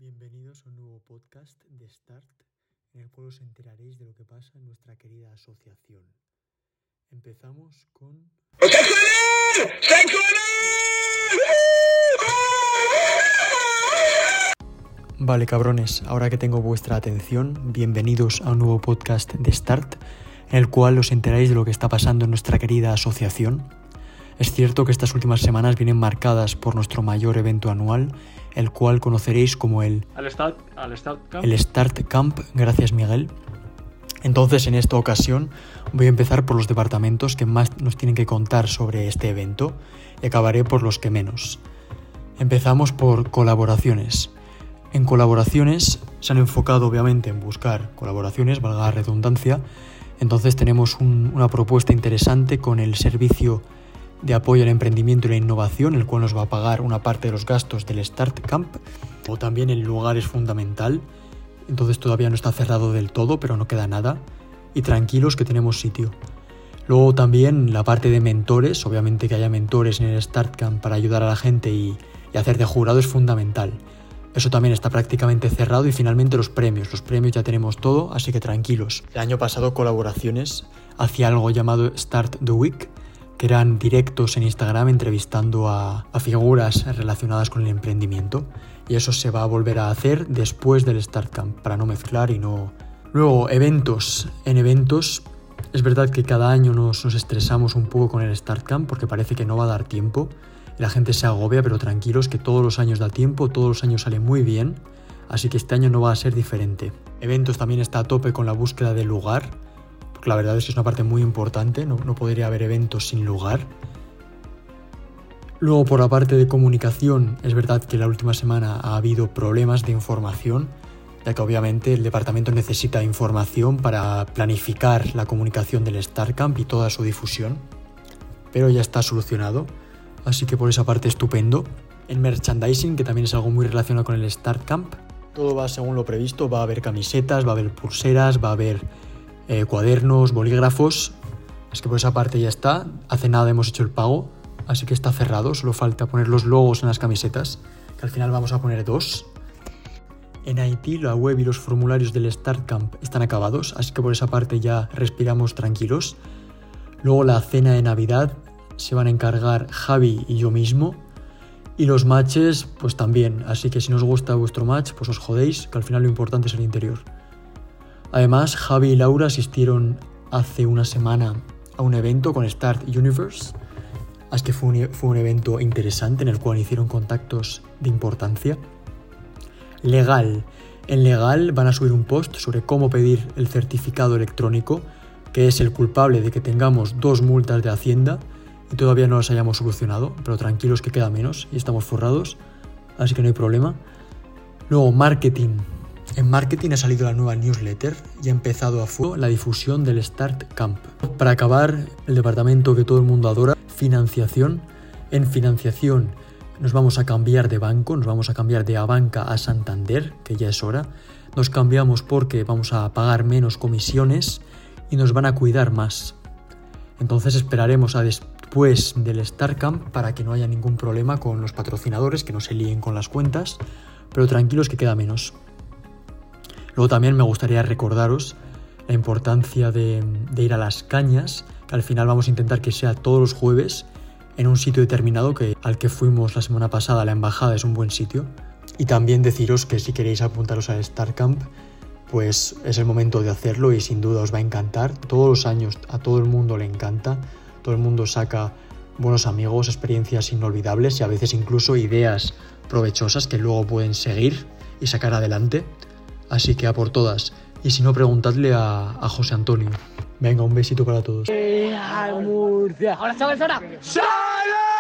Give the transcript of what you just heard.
Bienvenidos a un nuevo podcast de Start, en el cual os enteraréis de lo que pasa en nuestra querida asociación. Empezamos con... Vale, cabrones, ahora que tengo vuestra atención, bienvenidos a un nuevo podcast de Start, en el cual os enteráis de lo que está pasando en nuestra querida asociación. Es cierto que estas últimas semanas vienen marcadas por nuestro mayor evento anual, el cual conoceréis como el Start Camp. Gracias, Miguel. Entonces, en esta ocasión voy a empezar por los departamentos que más nos tienen que contar sobre este evento y acabaré por los que menos. Empezamos por colaboraciones. En colaboraciones se han enfocado obviamente en buscar colaboraciones, valga la redundancia. Entonces tenemos una propuesta interesante con el servicio de apoyo al emprendimiento y la innovación, el cual nos va a pagar una parte de los gastos del Start Camp. O también el lugar es fundamental, entonces todavía no está cerrado del todo, pero no queda nada. Y tranquilos que tenemos sitio. Luego también la parte de mentores, obviamente que haya mentores en el Start Camp para ayudar a la gente y hacer de jurado es fundamental. Eso también está prácticamente cerrado y finalmente los premios ya tenemos todo, así que tranquilos. El año pasado colaboraciones hacía algo llamado Start the Week, que eran directos en Instagram entrevistando a figuras relacionadas con el emprendimiento, y eso se va a volver a hacer después del Start Camp para no mezclar y no... Luego, eventos. En eventos es verdad que cada año nos estresamos un poco con el Start Camp porque parece que no va a dar tiempo y la gente se agobia, pero tranquilos que todos los años da tiempo, todos los años sale muy bien, así que este año no va a ser diferente. Eventos también está a tope con la búsqueda del lugar, porque la verdad es que es una parte muy importante, no podría haber eventos sin lugar. Luego, por la parte de comunicación, es verdad que la última semana ha habido problemas de información, ya que obviamente el departamento necesita información para planificar la comunicación del Start Camp y toda su difusión, pero ya está solucionado, así que por esa parte estupendo. En merchandising, que también es algo muy relacionado con el Start Camp, todo va según lo previsto, va a haber camisetas, va a haber pulseras, va a haber cuadernos, bolígrafos, es que por esa parte ya está. Hace nada hemos hecho el pago, así que está cerrado, solo falta poner los logos en las camisetas, que al final vamos a poner 2. En Haití la web y los formularios del Start Camp están acabados, así que por esa parte ya respiramos tranquilos. Luego la cena de Navidad se van a encargar Javi y yo mismo, y los matches pues también, así que si no os gusta vuestro match pues os jodéis, que al final lo importante es el interior. Además, Javi y Laura asistieron hace una semana a un evento con Start Universe, así que fue un evento interesante en el cual hicieron contactos de importancia. Legal. En Legal van a subir un post sobre cómo pedir el certificado electrónico, que es el culpable de que tengamos 2 multas de Hacienda y todavía no las hayamos solucionado, pero tranquilos que queda menos y estamos forrados, así que no hay problema. Luego, marketing. En marketing ha salido la nueva newsletter y ha empezado a fuego la difusión del Start Camp. Para acabar, el departamento que todo el mundo adora, financiación. En financiación nos vamos a cambiar de banco, nos vamos a cambiar de Abanca a Santander, que ya es hora. Nos cambiamos porque vamos a pagar menos comisiones y nos van a cuidar más. Entonces esperaremos a después del Start Camp para que no haya ningún problema con los patrocinadores, que no se líen con las cuentas, pero tranquilos que queda menos. Luego también me gustaría recordaros la importancia de ir a las cañas, que al final vamos a intentar que sea todos los jueves en un sitio determinado, que al que fuimos la semana pasada, la embajada es un buen sitio. Y también deciros que si queréis apuntaros al Start Camp, pues es el momento de hacerlo y sin duda os va a encantar. Todos los años a todo el mundo le encanta, todo el mundo saca buenos amigos, experiencias inolvidables y a veces incluso ideas provechosas que luego pueden seguir y sacar adelante. Así que a por todas. Y si no, preguntadle a José Antonio. Venga, un besito para todos. Ahora, chavales, ahora. ¡Sale!